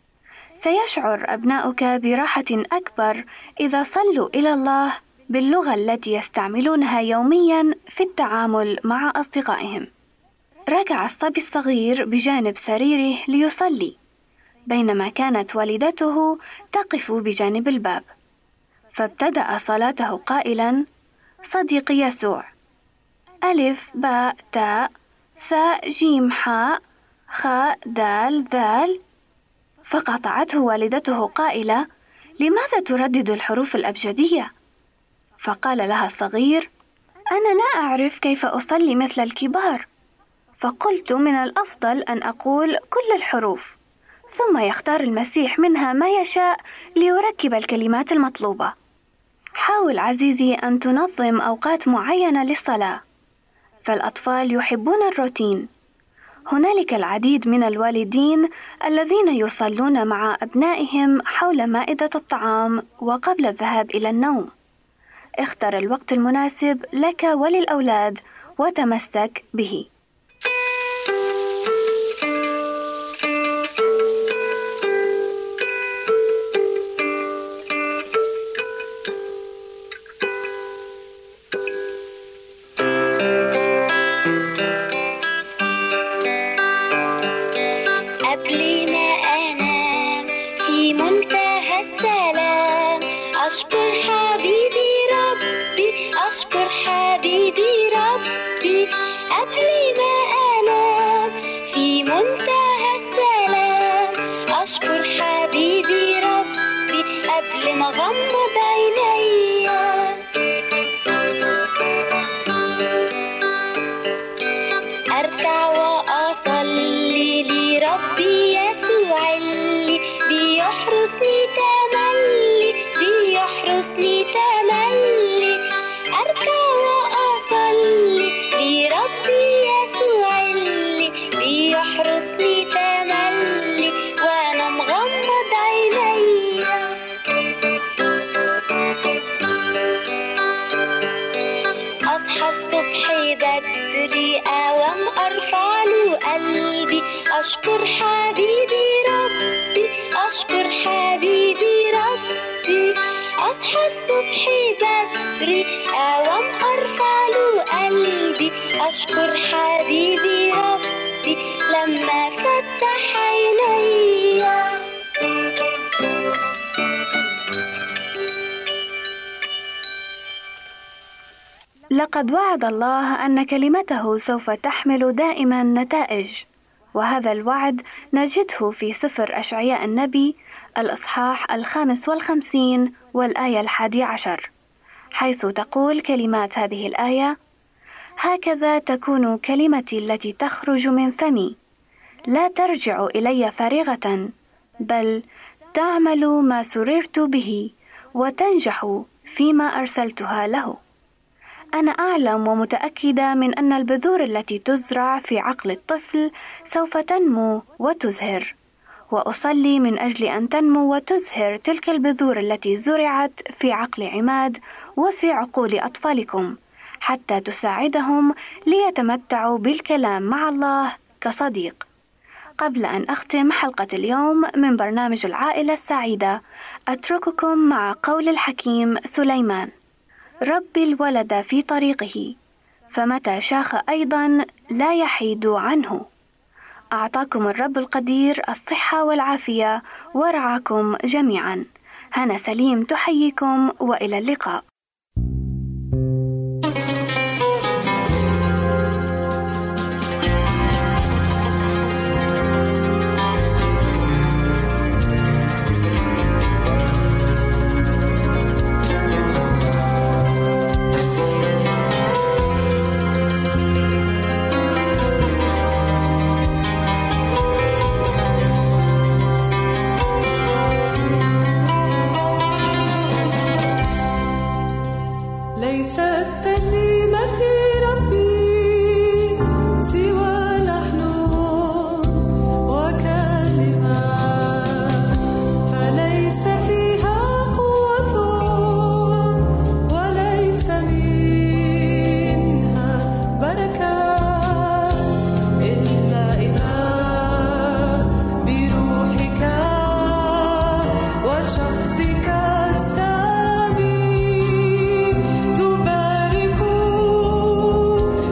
سيشعر أبناؤك براحة أكبر إذا صلوا إلى الله باللغة التي يستعملونها يوميا في التعامل مع أصدقائهم. ركع الصبي الصغير بجانب سريره ليصلي. بينما كانت والدته تقف بجانب الباب، فابتدأ صلاته قائلا: صديقي يسوع، ألف باء تاء ثاء جيم حاء خاء دال ذال. فقطعته والدته قائلة: لماذا تردد الحروف الأبجدية؟ فقال لها الصغير: أنا لا أعرف كيف أصلي مثل الكبار، فقلت من الأفضل أن أقول كل الحروف، ثم يختار المسيح منها ما يشاء ليركب الكلمات المطلوبة. حاول عزيزي أن تنظم أوقات معينة للصلاة، فالأطفال يحبون الروتين. هنالك العديد من الوالدين الذين يصلون مع أبنائهم حول مائدة الطعام وقبل الذهاب إلى النوم. اختر الوقت المناسب لك وللأولاد وتمسك به. أشكر حبيبي ربي، أشكر حبيبي ربي، أصحى الصبح بدري أوام أرفع له قلبي. أشكر حبيبي ربي لما فتح عينيا. لقد وعد الله أن كلمته سوف تحمل دائما نتائج، وهذا الوعد نجده في سفر أشعياء النبي الإصحاح الخامس والخمسين والآية الحادي عشر، حيث تقول كلمات هذه الآية: هكذا تكون كلمتي التي تخرج من فمي، لا ترجع إلي فارغة، بل تعمل ما سررت به وتنجح فيما أرسلتها له. أنا أعلم ومتأكدة من أن البذور التي تزرع في عقل الطفل سوف تنمو وتزهر، وأصلي من أجل أن تنمو وتزهر تلك البذور التي زرعت في عقل عماد وفي عقول أطفالكم، حتى تساعدهم ليتمتعوا بالكلام مع الله كصديق. قبل أن أختم حلقة اليوم من برنامج العائلة السعيدة، أترككم مع قول الحكيم سليمان: ربي الولد في طريقه، فمتى شاخ أيضا لا يحيد عنه. أعطاكم الرب القدير الصحة والعافية ورعاكم جميعا. هنا سليم تحييكم وإلى اللقاء. شخصك السامي تبارك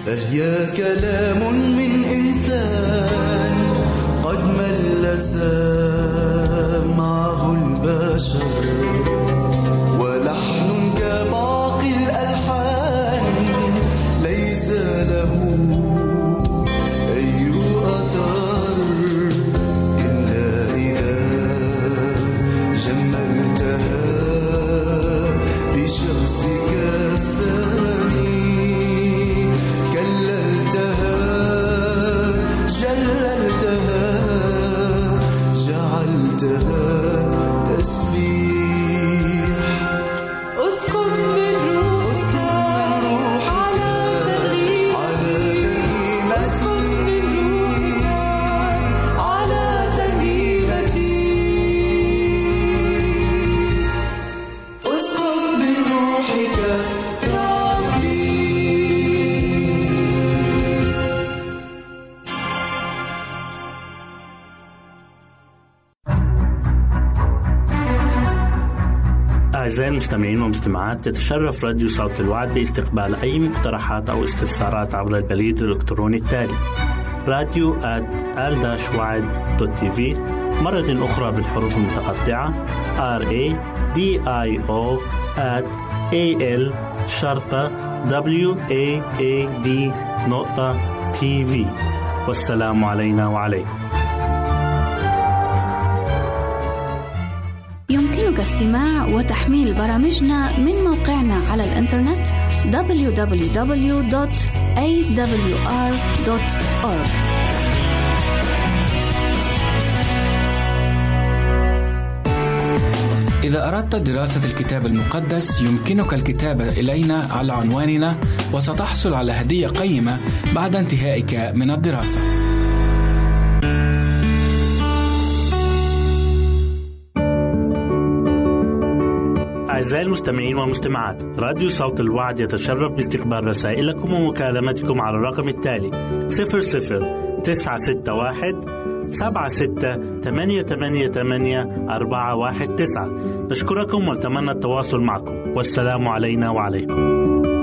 أهيا كلام من إنسان قد مل سمعه البشر، ولحن كباقي الألحان ليس له أي أثر إلا إذا جملتها بشخصك الثاني، كللتها جللتها جعلتها تسبيح. اسكن من روحك على ترنيمتي، اسكن من روحك على ترنيمتي، اسكن من روحك ربي. أعزائي المستمعين والمستمعات، تتشرف راديو صوت الوعد باستقبال أي مقترحات أو استفسارات عبر البريد الإلكتروني التالي راديو آت آل وعد دوت تي في، مرة أخرى بالحروف المتقطعة راديو آت آل شرطة واد نقطة تي في. والسلام علينا وعليكم. يمكنك استماع وتحميل برامجنا من موقعنا على الإنترنت دبليو دبليو دبليو دوت إيه دبليو آر دوت أورج. إذا أردت دراسة الكتاب المقدس يمكنك الكتابة إلينا على عنواننا، وستحصل على هدية قيمة بعد انتهائك من الدراسة. أعزائي المستمعين والمستمعات، راديو صوت الوعد يتشرف باستقبال رسائلكم ومكالمتكم على الرقم التالي صفر صفر تسعة ستة واحد سبعة ستة ثمانية ثمانية ثمانية أربعة واحد تسعة. نشكركم ونتمنى التواصل معكم، والسلام علينا وعليكم.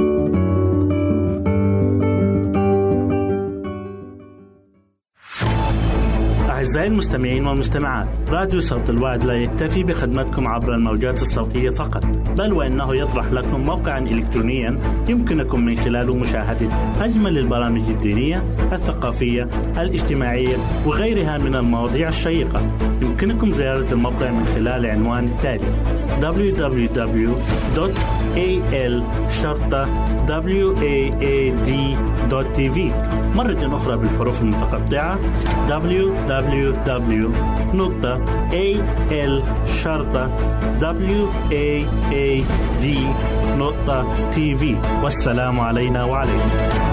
أعزائي المستمعين والمستمعات، راديو صوت الوعد لا يكتفي بخدمتكم عبر الموجات الصوتية فقط، بل وإنه يطرح لكم موقعا إلكترونيا يمكنكم من خلاله مشاهدة أجمل البرامج الدينية، الثقافية، الاجتماعية وغيرها من المواضيع الشيقة. يمكنكم زيارة الموقع من خلال عنوان التالي دبليو دبليو دبليو دوت آل شرطة واد دوت تي في، مرة أخرى بالحروف المتقطعة دبليو دبليو دبليو دوت آل شرطة واد دوت تي في. والسلام علينا وعليكم.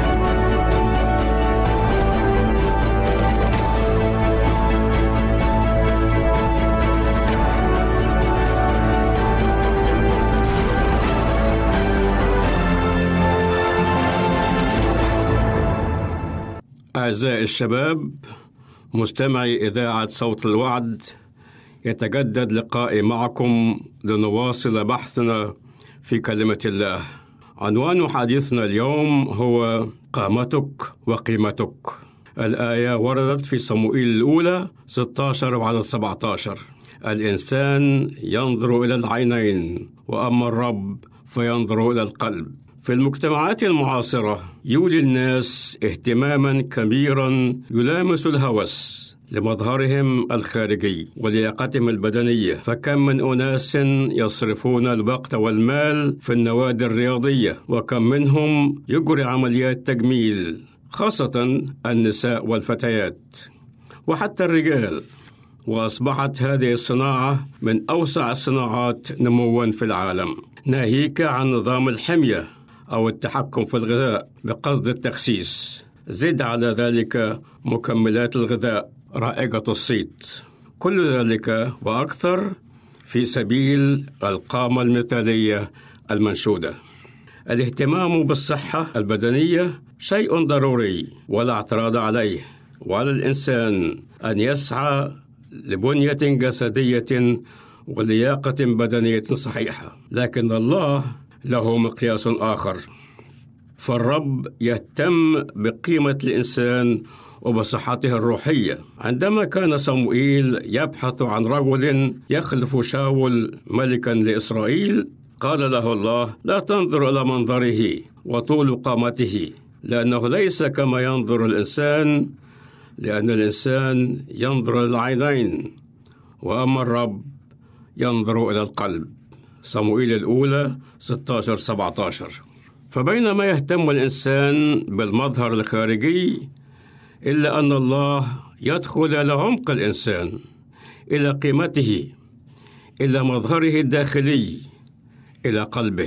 أعزائي الشباب مستمعي إذاعة صوت الوعد، يتجدد لقائي معكم لنواصل بحثنا في كلمة الله. عنوان حديثنا اليوم هو قامتك وقيمتك. الآية وردت في صموئيل الأولى ستة عشر وعدد سبعة عشر: الإنسان ينظر إلى العينين وأما الرب فينظر إلى القلب. في المجتمعات المعاصرة يولي الناس اهتماما كبيرا يلامس الهوس لمظهرهم الخارجي ولياقتهم البدنية، فكم من أناس يصرفون الوقت والمال في النوادي الرياضية، وكم منهم يجري عمليات تجميل، خاصة النساء والفتيات وحتى الرجال. وأصبحت هذه الصناعة من أوسع الصناعات نموا في العالم، ناهيك عن نظام الحمية أو التحكم في الغذاء بقصد التخسيس. زد على ذلك مكملات الغذاء رائجة الصيت، كل ذلك وأكثر في سبيل القامة المثالية المنشودة. الاهتمام بالصحة البدنية شيء ضروري ولا اعتراض عليه، وعلى الإنسان أن يسعى لبنية جسدية ولياقة بدنية صحيحة، لكن الله له مقياس آخر، فالرب يهتم بقيمة الإنسان وبصحته الروحية. عندما كان صموئيل يبحث عن رجل يخلف شاول ملكا لإسرائيل، قال له الله: لا تنظر إلى منظره وطول قامته، لأنه ليس كما ينظر الإنسان، لأن الإنسان ينظر إلى العينين وأما الرب ينظر إلى القلب. صموئيل الأولى ستة عشر سبعة عشر. فبينما يهتم الإنسان بالمظهر الخارجي، إلا أن الله يدخل إلى عمق الإنسان، إلى قيمته، إلى مظهره الداخلي، إلى قلبه.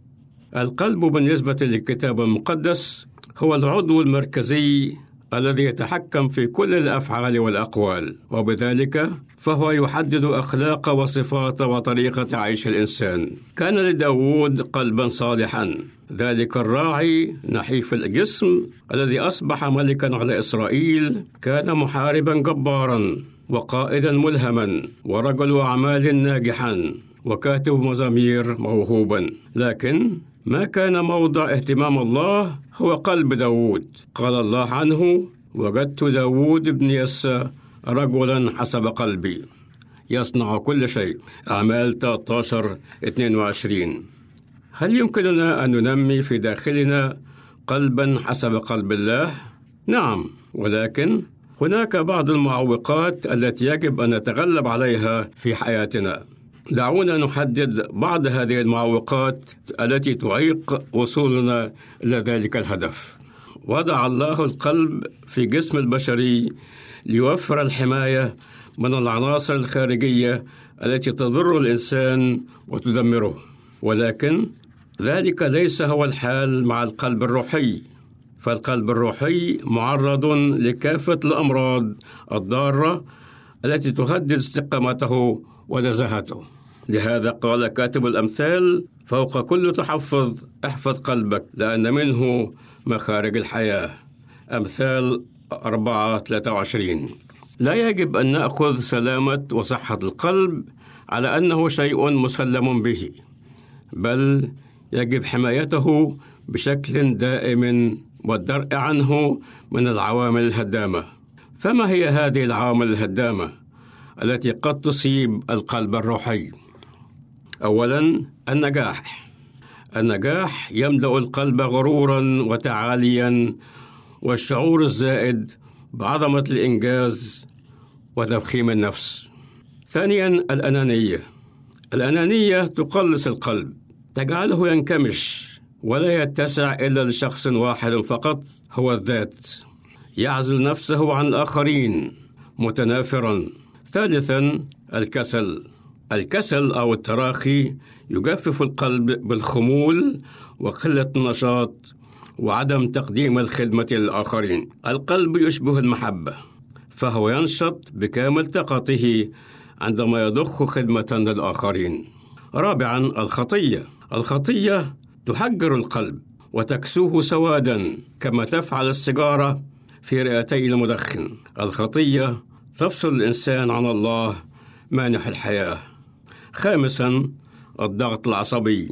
القلب بالنسبة للكتاب المقدس هو العضو المركزي الذي يتحكم في كل الأفعال والأقوال، وبذلك فهو يحدد أخلاق وصفات وطريقة عيش الإنسان. كان لداود قلبا صالحا، ذلك الراعي نحيف الجسم الذي أصبح ملكا على إسرائيل، كان محاربا جبارا وقائدا ملهما ورجل أعمال ناجحا وكاتب مزامير موهوبا، لكن ما كان موضع اهتمام الله هو قلب داود. قال الله عنه: وجدت داود بن يسى رجلا حسب قلبي يصنع كل شيء. أعمال ثلاثة عشر اثنين وعشرين. هل يمكننا أن ننمي في داخلنا قلبا حسب قلب الله؟ نعم، ولكن هناك بعض المعوقات التي يجب أن نتغلب عليها في حياتنا. دعونا نحدد بعض هذه المعوقات التي تعيق وصولنا إلى ذلك الهدف. وضع الله القلب في جسم البشري ليوفر الحماية من العناصر الخارجية التي تضر الإنسان وتدمره، ولكن ذلك ليس هو الحال مع القلب الروحي، فالقلب الروحي معرض لكافة الأمراض الضارة التي تهدد استقامته ونزاهته. لهذا قال كاتب الأمثال: فوق كل تحفظ احفظ قلبك، لأن منه مخارج الحياة. أمثال أربعة ثلاثة وعشرين. لا يجب أن نأخذ سلامة وصحة القلب على أنه شيء مسلم به، بل يجب حمايته بشكل دائم والدرء عنه من العوامل الهدامة. فما هي هذه العوامل الهدامة التي قد تصيب القلب الروحي؟ أولاً، النجاح. النجاح يملأ القلب غرورا وتعاليا والشعور الزائد بعظمة الإنجاز وتفخيم النفس. ثانياً، الأنانية. الأنانية تقلص القلب، تجعله ينكمش ولا يتسع إلا لشخص واحد فقط، هو الذات. يعزل نفسه عن الآخرين متنافراً. ثالثاً، الكسل. الكسل أو التراخي يجفف القلب بالخمول وقلة النشاط وعدم تقديم الخدمة للآخرين. القلب يشبه المحبة، فهو ينشط بكامل طاقته عندما يضخ خدمة للآخرين. رابعاً، الخطية. الخطية تحجر القلب وتكسوه سوادا كما تفعل السيجارة في رئتي المدخن. الخطية تفصل الإنسان عن الله مانح الحياة. خامساً، الضغط العصبي.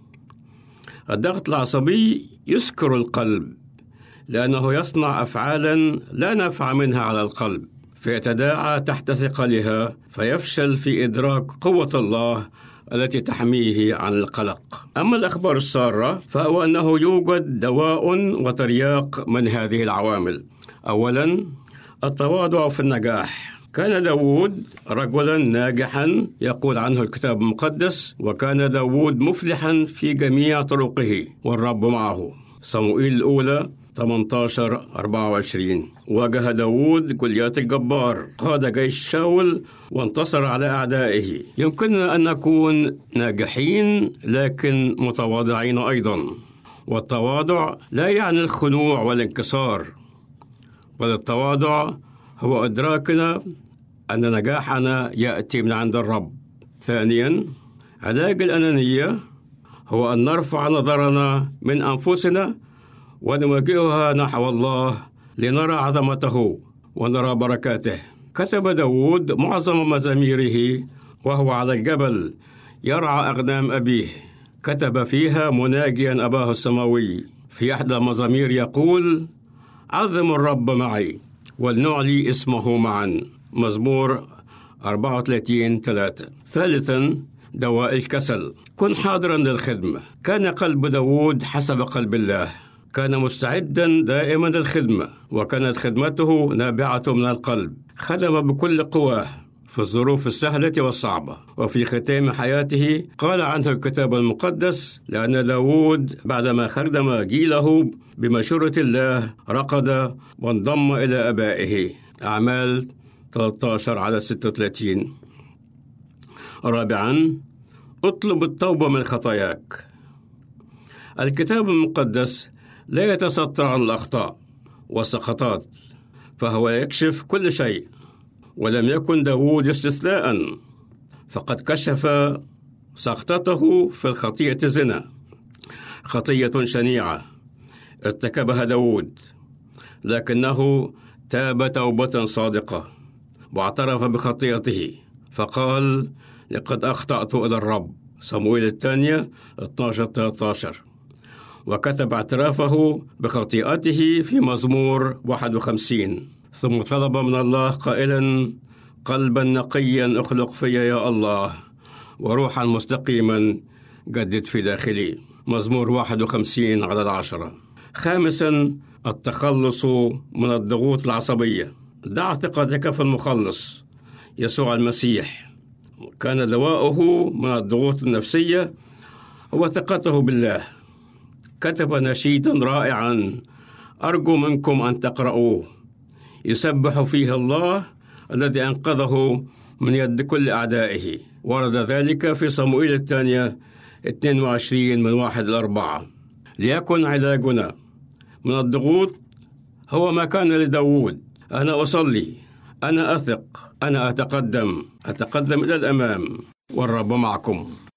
الضغط العصبي يسكر القلب لأنه يصنع أفعالاً لا نفع منها على القلب، فيتداعى تحت ثقلها، فيفشل في إدراك قوة الله التي تحميه عن القلق. أما الأخبار السارة فهو أنه يوجد دواء وترياق من هذه العوامل. أولاً، التواضع في النجاح. كان داود رجلاً ناجحاً يقول عنه الكتاب المقدس: وكان داود مفلحاً في جميع طرقه والرب معه. صموئيل الأولى ثمانية عشر أربعة وعشرين. واجه داود جوليات الجبار، قاد جيش شاول وانتصر على أعدائه. يمكننا أن نكون ناجحين لكن متواضعين أيضاً، والتواضع لا يعني الخنوع والانكسار، بل التواضع هو إدراكنا أن نجاحنا يأتي من عند الرب. ثانياً، علاج الأنانية هو أن نرفع نظرنا من أنفسنا ونوجهها نحو الله لنرى عظمته ونرى بركاته. كتب داود معظم مزاميره وهو على الجبل يرعى أغنام أبيه، كتب فيها مناجيا أباه السماوي، في إحدى المزامير يقول: عظموا الرب معي ولنعلي اسمه معا. مزمور أربعة وثلاثين ثلاثة. ثالثا، دواء الكسل. كن حاضرا للخدمة. كان قلب داود حسب قلب الله، كان مستعدا دائما للخدمة، وكانت خدمته نابعة من القلب. خدم بكل قواه في الظروف السهلة والصعبة. وفي ختام حياته قال عنه الكتاب المقدس: لأن داود بعدما خدم جيله بمشورة الله رقد وانضم إلى أبائه. أعمال ثلاثة عشر على ستة وثلاثين. رابعا، اطلب التوبة من خطاياك. الكتاب المقدس لا يتستر عن الأخطاء والسقطات، فهو يكشف كل شيء، ولم يكن داود استثناء، فقد كشف سقطته في الخطيئة الزنا، خطية شنيعة ارتكبها داود، لكنه تاب توبة صادقة واعترف بخطيئته، فقال: لقد أخطأت إلى الرب. صموئيل الثانية اثني عشر ثلاثة عشر. وكتب اعترافه بخطيئته في مزمور واحد وخمسين. ثم طلب من الله قائلا: قلبا نقيا اخلق في يا الله، وروحا مستقيما جدد في داخلي. مزمور واحد وخمسين على العشرة. خامسا، التخلص من الضغوط العصبية. دع ثقتك في المخلص يسوع المسيح. كان دواؤه من الضغوط النفسية هو ثقته بالله. كتب نشيدا رائعا أرجو منكم أن تقرأوه، يسبح فيه الله الذي أنقذه من يد كل أعدائه. ورد ذلك في صموئيل الثانية اثنين وعشرين من واحد إلى أربعة. ليكن علاجنا من الضغوط هو ما كان لداود: أنا أصلي، أنا أثق، أنا أتقدم أتقدم إلى الأمام، والرب معكم.